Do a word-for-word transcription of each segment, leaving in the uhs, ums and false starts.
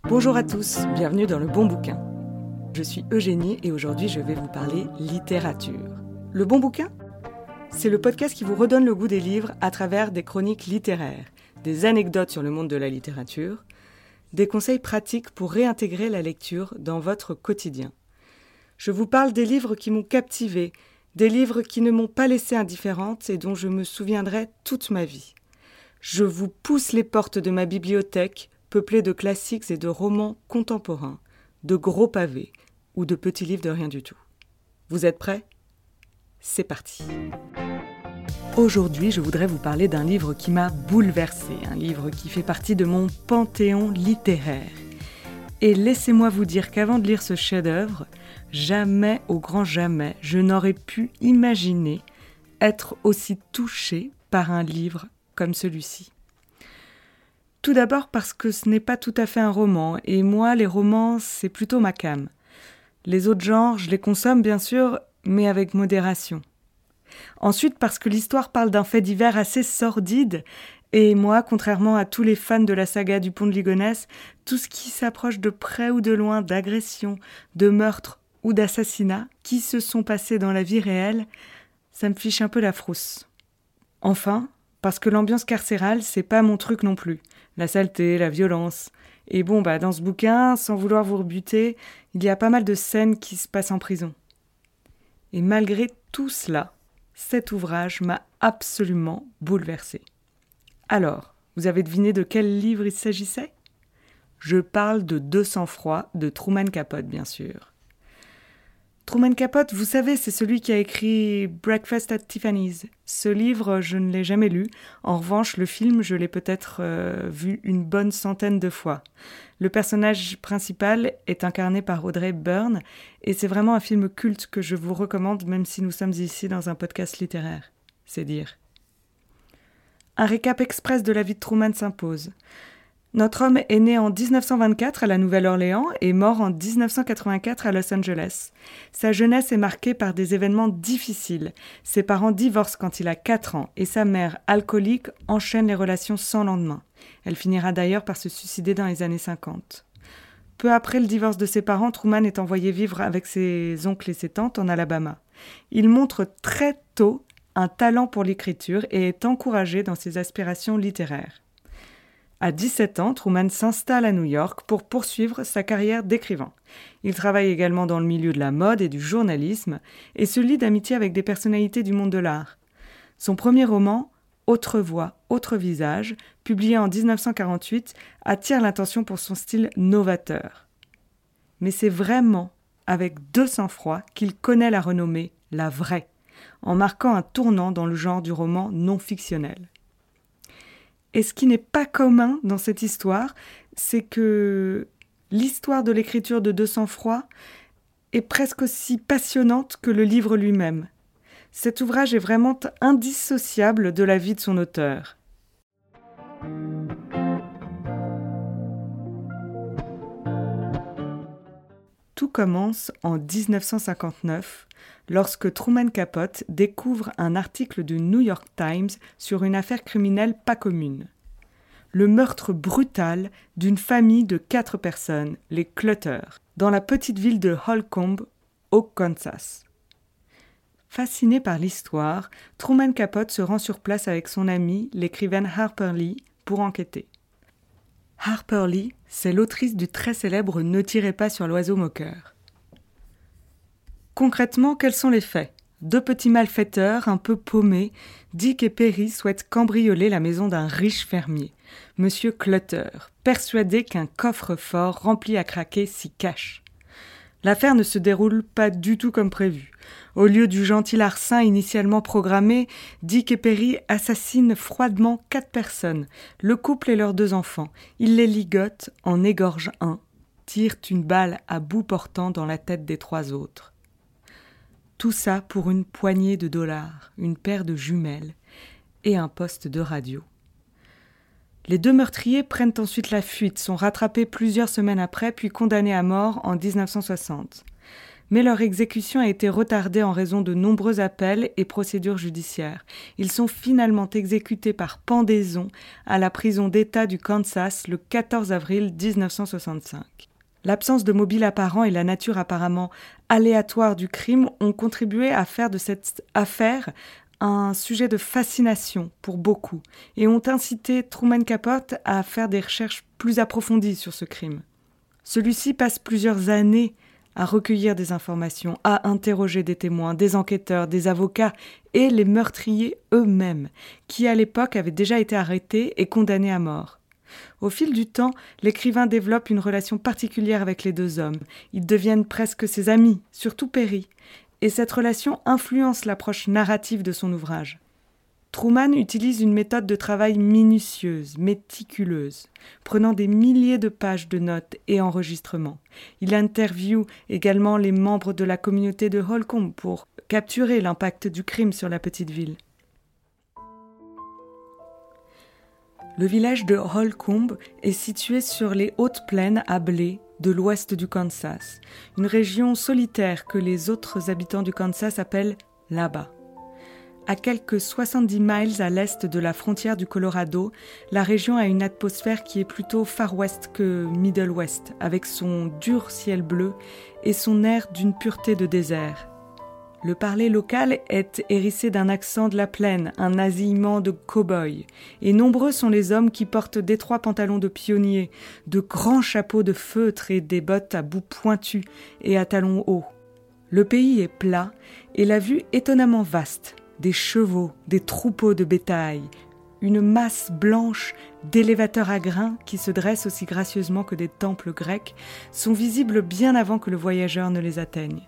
Bonjour à tous, bienvenue dans Le Bon Bouquin. Je suis Eugénie et aujourd'hui je vais vous parler littérature. Le Bon Bouquin ? C'est le podcast qui vous redonne le goût des livres à travers des chroniques littéraires, des anecdotes sur le monde de la littérature, des conseils pratiques pour réintégrer la lecture dans votre quotidien. Je vous parle des livres qui m'ont captivée, des livres qui ne m'ont pas laissée indifférente et dont je me souviendrai toute ma vie. Je vous pousse les portes de ma bibliothèque, peuplée de classiques et de romans contemporains, de gros pavés ou de petits livres de rien du tout. Vous êtes prêts ? C'est parti. Aujourd'hui, je voudrais vous parler d'un livre qui m'a bouleversée, un livre qui fait partie de mon panthéon littéraire. Et laissez-moi vous dire qu'avant de lire ce chef-d'œuvre, jamais, au grand jamais, je n'aurais pu imaginer être aussi touchée par un livre comme celui-ci. Tout d'abord parce que ce n'est pas tout à fait un roman, et moi, les romans, c'est plutôt ma came. Les autres genres, je les consomme bien sûr, mais avec modération. Ensuite parce que l'histoire parle d'un fait divers assez sordide, et moi, contrairement à tous les fans de la saga du Pont de Ligonnès, tout ce qui s'approche de près ou de loin d'agressions, de meurtres ou d'assassinats qui se sont passés dans la vie réelle, ça me fiche un peu la frousse. Enfin, parce que l'ambiance carcérale, c'est pas mon truc non plus. La saleté, la violence. Et bon, bah, dans ce bouquin, sans vouloir vous rebuter, il y a pas mal de scènes qui se passent en prison. Et malgré tout cela, cet ouvrage m'a absolument bouleversée. Alors, vous avez deviné de quel livre il s'agissait ? Je parle de De sang-froid de Truman Capote, bien sûr. Truman Capote, vous savez, c'est celui qui a écrit Breakfast at Tiffany's. Ce livre, je ne l'ai jamais lu. En revanche, le film, je l'ai peut-être euh, vu une bonne centaine de fois. Le personnage principal est incarné par Audrey Hepburn et c'est vraiment un film culte que je vous recommande, même si nous sommes ici dans un podcast littéraire. C'est dire. Un récap express de la vie de Truman s'impose. Notre homme est né en dix-neuf cent vingt-quatre à la Nouvelle-Orléans et mort en dix-neuf cent quatre-vingt-quatre à Los Angeles. Sa jeunesse est marquée par des événements difficiles. Ses parents divorcent quand il a quatre ans et sa mère, alcoolique, enchaîne les relations sans lendemain. Elle finira d'ailleurs par se suicider dans les années cinquante. Peu après le divorce de ses parents, Truman est envoyé vivre avec ses oncles et ses tantes en Alabama. Il montre très tôt un talent pour l'écriture et est encouragé dans ses aspirations littéraires. À dix-sept ans, Truman s'installe à New York pour poursuivre sa carrière d'écrivain. Il travaille également dans le milieu de la mode et du journalisme et se lie d'amitié avec des personnalités du monde de l'art. Son premier roman, Autre voix, autre visage, publié en dix-neuf cent quarante-huit, attire l'attention pour son style novateur. Mais c'est vraiment avec De sang-froid qu'il connaît la renommée, la vraie, en marquant un tournant dans le genre du roman non fictionnel. Et ce qui n'est pas commun dans cette histoire, c'est que l'histoire de l'écriture de De sang-froid est presque aussi passionnante que le livre lui-même. Cet ouvrage est vraiment indissociable de la vie de son auteur. Tout commence en dix-neuf cent cinquante-neuf, lorsque Truman Capote découvre un article du New York Times sur une affaire criminelle pas commune. Le meurtre brutal d'une famille de quatre personnes, les Clutter, dans la petite ville de Holcomb, au Kansas. Fasciné par l'histoire, Truman Capote se rend sur place avec son amie, l'écrivaine Harper Lee, pour enquêter. Harper Lee, c'est l'autrice du très célèbre « Ne tirez pas sur l'oiseau moqueur ». Concrètement, quels sont les faits ? Deux petits malfaiteurs, un peu paumés, Dick et Perry souhaitent cambrioler la maison d'un riche fermier, Monsieur Clutter, persuadé qu'un coffre-fort rempli à craquer s'y cache. L'affaire ne se déroule pas du tout comme prévu. Au lieu du gentil larcin initialement programmé, Dick et Perry assassinent froidement quatre personnes, le couple et leurs deux enfants. Ils les ligotent, en égorgent un, tirent une balle à bout portant dans la tête des trois autres. Tout ça pour une poignée de dollars, une paire de jumelles et un poste de radio. Les deux meurtriers prennent ensuite la fuite, sont rattrapés plusieurs semaines après, puis condamnés à mort en dix-neuf cent soixante. Mais leur exécution a été retardée en raison de nombreux appels et procédures judiciaires. Ils sont finalement exécutés par pendaison à la prison d'État du Kansas le quatorze avril dix-neuf cent soixante-cinq. L'absence de mobile apparent et la nature apparemment aléatoire du crime ont contribué à faire de cette affaire un sujet de fascination pour beaucoup et ont incité Truman Capote à faire des recherches plus approfondies sur ce crime. Celui-ci passe plusieurs années à recueillir des informations, à interroger des témoins, des enquêteurs, des avocats et les meurtriers eux-mêmes, qui à l'époque avaient déjà été arrêtés et condamnés à mort. Au fil du temps, l'écrivain développe une relation particulière avec les deux hommes. Ils deviennent presque ses amis, surtout Perry, et cette relation influence l'approche narrative de son ouvrage. Truman utilise une méthode de travail minutieuse, méticuleuse, prenant des milliers de pages de notes et enregistrements. Il interviewe également les membres de la communauté de Holcomb pour capturer l'impact du crime sur la petite ville. Le village de Holcomb est situé sur les hautes plaines à blé de l'ouest du Kansas, une région solitaire que les autres habitants du Kansas appellent l'Aba. À quelques soixante-dix miles à l'est de la frontière du Colorado, la région a une atmosphère qui est plutôt Far West que Middle West, avec son dur ciel bleu et son air d'une pureté de désert. Le parler local est hérissé d'un accent de la plaine, un nasillement de cow-boy, et nombreux sont les hommes qui portent d'étroits pantalons de pionniers, de grands chapeaux de feutre et des bottes à bout pointu et à talons hauts. Le pays est plat et la vue étonnamment vaste, des chevaux, des troupeaux de bétail, une masse blanche d'élévateurs à grains qui se dressent aussi gracieusement que des temples grecs, sont visibles bien avant que le voyageur ne les atteigne.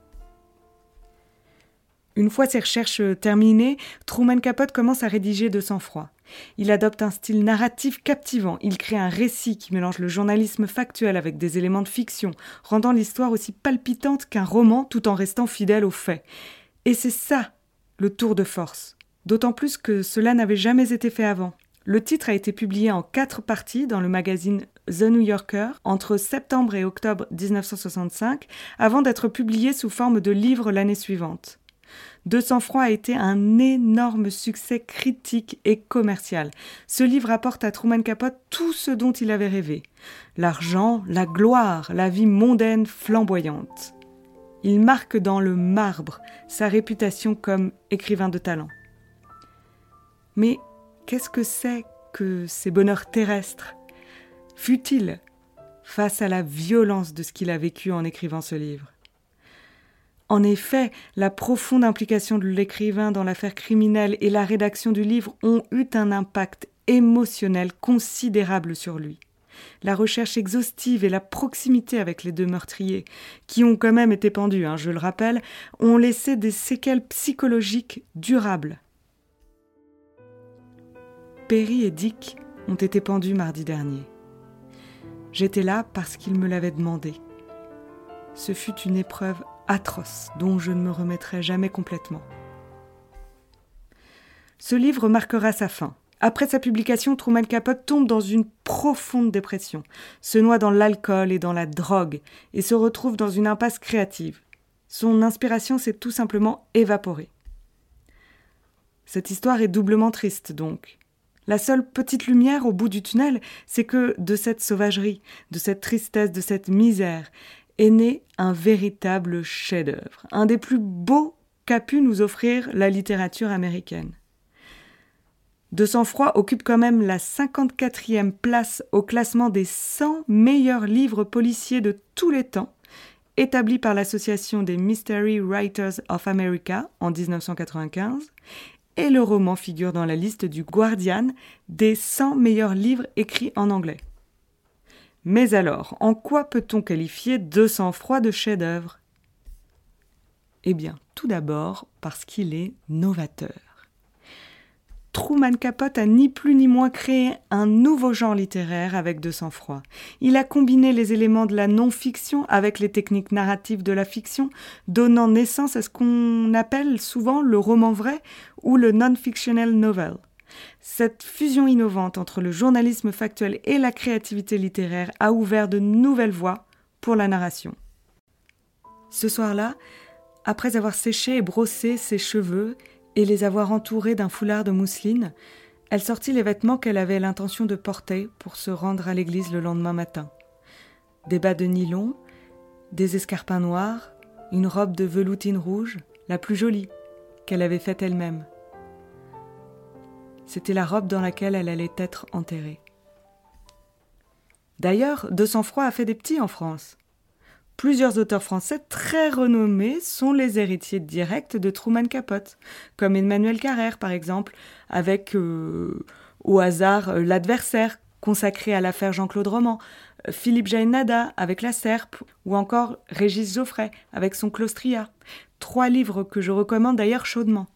Une fois ses recherches terminées, Truman Capote commence à rédiger de sang-froid. Il adopte un style narratif captivant. Il crée un récit qui mélange le journalisme factuel avec des éléments de fiction, rendant l'histoire aussi palpitante qu'un roman tout en restant fidèle aux faits. Et c'est ça, le tour de force. D'autant plus que cela n'avait jamais été fait avant. Le titre a été publié en quatre parties dans le magazine The New Yorker entre septembre et octobre dix-neuf cent soixante-cinq, avant d'être publié sous forme de livre l'année suivante. De sang-froid a été un énorme succès critique et commercial. Ce livre apporte à Truman Capote tout ce dont il avait rêvé. L'argent, la gloire, la vie mondaine flamboyante. Il marque dans le marbre sa réputation comme écrivain de talent. Mais qu'est-ce que c'est que ces bonheurs terrestres, futiles, face à la violence de ce qu'il a vécu en écrivant ce livre? En effet, la profonde implication de l'écrivain dans l'affaire criminelle et la rédaction du livre ont eu un impact émotionnel considérable sur lui. La recherche exhaustive et la proximité avec les deux meurtriers, qui ont quand même été pendus, hein, je le rappelle, ont laissé des séquelles psychologiques durables. Perry et Dick ont été pendus mardi dernier. J'étais là parce qu'ils me l'avaient demandé. Ce fut une épreuve atroce, dont je ne me remettrai jamais complètement. Ce livre marquera sa fin. Après sa publication, Truman Capote tombe dans une profonde dépression, se noie dans l'alcool et dans la drogue, et se retrouve dans une impasse créative. Son inspiration s'est tout simplement évaporée. Cette histoire est doublement triste, donc. La seule petite lumière au bout du tunnel, c'est que de cette sauvagerie, de cette tristesse, de cette misère, est né un véritable chef-d'œuvre, un des plus beaux qu'a pu nous offrir la littérature américaine. De sang-froid occupe quand même la cinquante-quatrième place au classement des cent meilleurs livres policiers de tous les temps, établi par l'Association des Mystery Writers of America en dix-neuf cent quatre-vingt-quinze, et le roman figure dans la liste du Guardian des cent meilleurs livres écrits en anglais. Mais alors, en quoi peut-on qualifier De sang-froid de chef-d'œuvre ? Eh bien, tout d'abord parce qu'il est novateur. Truman Capote a ni plus ni moins créé un nouveau genre littéraire avec De sang-froid. Il a combiné les éléments de la non-fiction avec les techniques narratives de la fiction, donnant naissance à ce qu'on appelle souvent le roman vrai ou le non-fictional novel. Cette fusion innovante entre le journalisme factuel et la créativité littéraire a ouvert de nouvelles voies pour la narration. Ce soir-là, après avoir séché et brossé ses cheveux et les avoir entourés d'un foulard de mousseline, elle sortit les vêtements qu'elle avait l'intention de porter pour se rendre à l'église le lendemain matin. Des bas de nylon, des escarpins noirs, une robe de veloutine rouge, la plus jolie, qu'elle avait faite elle-même. C'était la robe dans laquelle elle allait être enterrée. D'ailleurs, De Sang-Froid a fait des petits en France. Plusieurs auteurs français très renommés sont les héritiers directs de Truman Capote, comme Emmanuel Carrère par exemple, avec, euh, au hasard, euh, L'Adversaire, consacré à l'affaire Jean-Claude Roman, euh, Philippe Jaénada avec La Serpe, ou encore Régis Geoffrey avec son Claustria. Trois livres que je recommande d'ailleurs chaudement.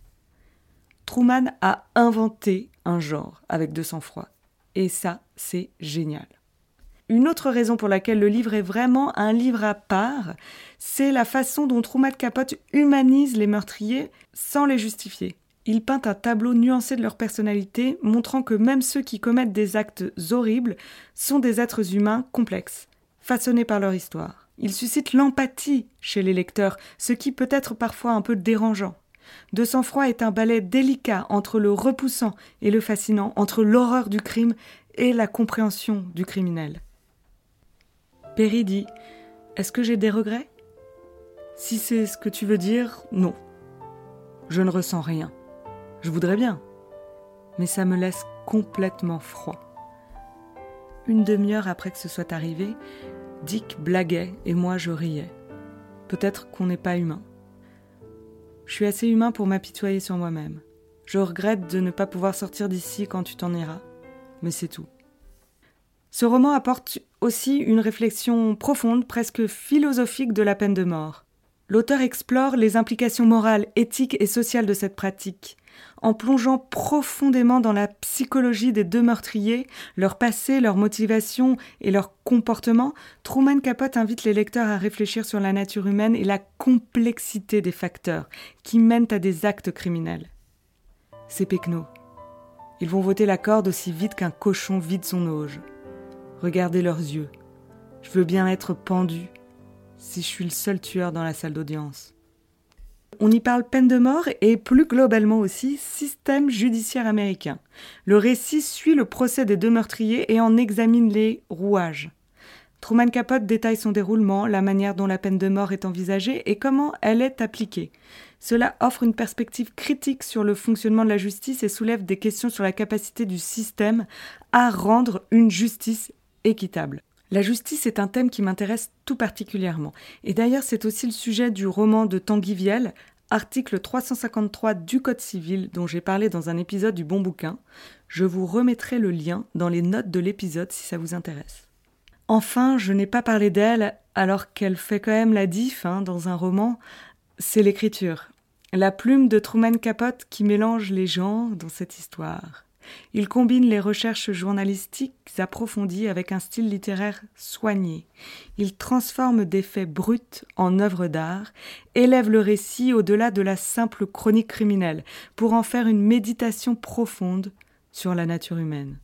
Truman a inventé un genre avec De Sang-Froid, et ça, c'est génial. Une autre raison pour laquelle le livre est vraiment un livre à part, c'est la façon dont Truman Capote humanise les meurtriers sans les justifier. Il peint un tableau nuancé de leur personnalité, montrant que même ceux qui commettent des actes horribles sont des êtres humains complexes, façonnés par leur histoire. Il suscite l'empathie chez les lecteurs, ce qui peut être parfois un peu dérangeant. De Sang-Froid est un ballet délicat entre le repoussant et le fascinant, entre l'horreur du crime et la compréhension du criminel. Perry dit « Est-ce que j'ai des regrets ? Si c'est ce que tu veux dire, non. Je ne ressens rien. Je voudrais bien. Mais ça me laisse complètement froid. » Une demi-heure après que ce soit arrivé, Dick blaguait et moi je riais. Peut-être qu'on n'est pas humain. Je suis assez humain pour m'apitoyer sur moi-même. Je regrette de ne pas pouvoir sortir d'ici quand tu t'en iras. Mais c'est tout. Ce roman apporte aussi une réflexion profonde, presque philosophique de la peine de mort. L'auteur explore les implications morales, éthiques et sociales de cette pratique. En plongeant profondément dans la psychologie des deux meurtriers, leur passé, leur motivation et leur comportement, Truman Capote invite les lecteurs à réfléchir sur la nature humaine et la complexité des facteurs qui mènent à des actes criminels. C'est Péquenot. Ils vont voter la corde aussi vite qu'un cochon vide son auge. Regardez leurs yeux. Je veux bien être pendu si je suis le seul tueur dans la salle d'audience. On y parle peine de mort et plus globalement aussi système judiciaire américain. Le récit suit le procès des deux meurtriers et en examine les rouages. Truman Capote détaille son déroulement, la manière dont la peine de mort est envisagée et comment elle est appliquée. Cela offre une perspective critique sur le fonctionnement de la justice et soulève des questions sur la capacité du système à rendre une justice équitable. La justice est un thème qui m'intéresse tout particulièrement. Et d'ailleurs, c'est aussi le sujet du roman de Tanguy Viel, article trois cent cinquante-trois du Code civil, dont j'ai parlé dans un épisode du Bon Bouquin. Je vous remettrai le lien dans les notes de l'épisode si ça vous intéresse. Enfin, je n'ai pas parlé d'elle alors qu'elle fait quand même la diff hein, dans un roman, c'est l'écriture. La plume de Truman Capote qui mélange les genres dans cette histoire. Il combine les recherches journalistiques approfondies avec un style littéraire soigné. Il transforme des faits bruts en œuvres d'art, élève le récit au-delà de la simple chronique criminelle, pour en faire une méditation profonde sur la nature humaine.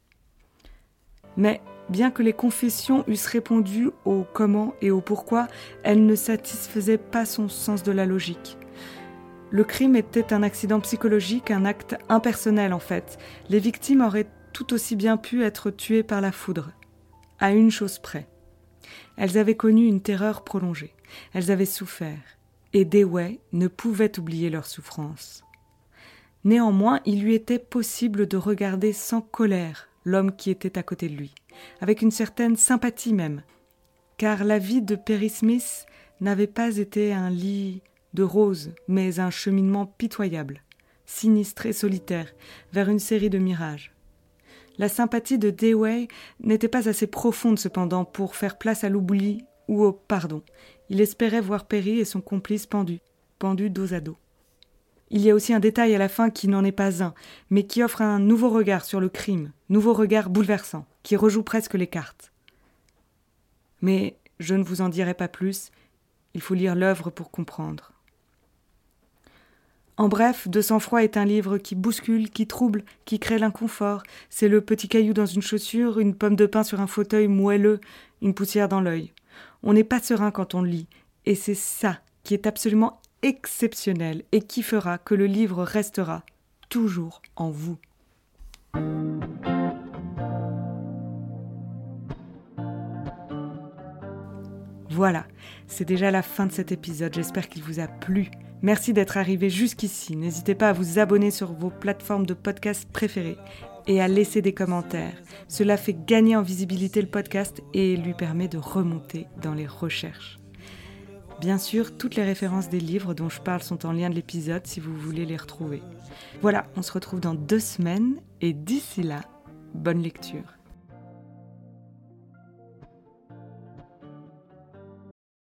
Mais bien que les confessions eussent répondu au comment et au pourquoi, elles ne satisfaisaient pas son sens de la logique. Le crime était un accident psychologique, un acte impersonnel en fait. Les victimes auraient tout aussi bien pu être tuées par la foudre. À une chose près. Elles avaient connu une terreur prolongée. Elles avaient souffert. Et Dewey ne pouvait oublier leur souffrance. Néanmoins, il lui était possible de regarder sans colère l'homme qui était à côté de lui, avec une certaine sympathie même. Car la vie de Perry Smith n'avait pas été un lit de roses, mais un cheminement pitoyable, sinistre et solitaire, vers une série de mirages. La sympathie de Dewey n'était pas assez profonde cependant pour faire place à l'oubli ou au pardon. Il espérait voir Perry et son complice pendus, pendus dos à dos. Il y a aussi un détail à la fin qui n'en est pas un, mais qui offre un nouveau regard sur le crime, nouveau regard bouleversant, qui rejoue presque les cartes. Mais je ne vous en dirai pas plus, il faut lire l'œuvre pour comprendre. En bref, De Sang-Froid est un livre qui bouscule, qui trouble, qui crée l'inconfort. C'est le petit caillou dans une chaussure, une pomme de pin sur un fauteuil moelleux, une poussière dans l'œil. On n'est pas serein quand on le lit. Et c'est ça qui est absolument exceptionnel et qui fera que le livre restera toujours en vous. Voilà, c'est déjà la fin de cet épisode, j'espère qu'il vous a plu. Merci d'être arrivé jusqu'ici, n'hésitez pas à vous abonner sur vos plateformes de podcast préférées et à laisser des commentaires. Cela fait gagner en visibilité le podcast et lui permet de remonter dans les recherches. Bien sûr, toutes les références des livres dont je parle sont en lien de l'épisode si vous voulez les retrouver. Voilà, on se retrouve dans deux semaines et d'ici là, bonne lecture.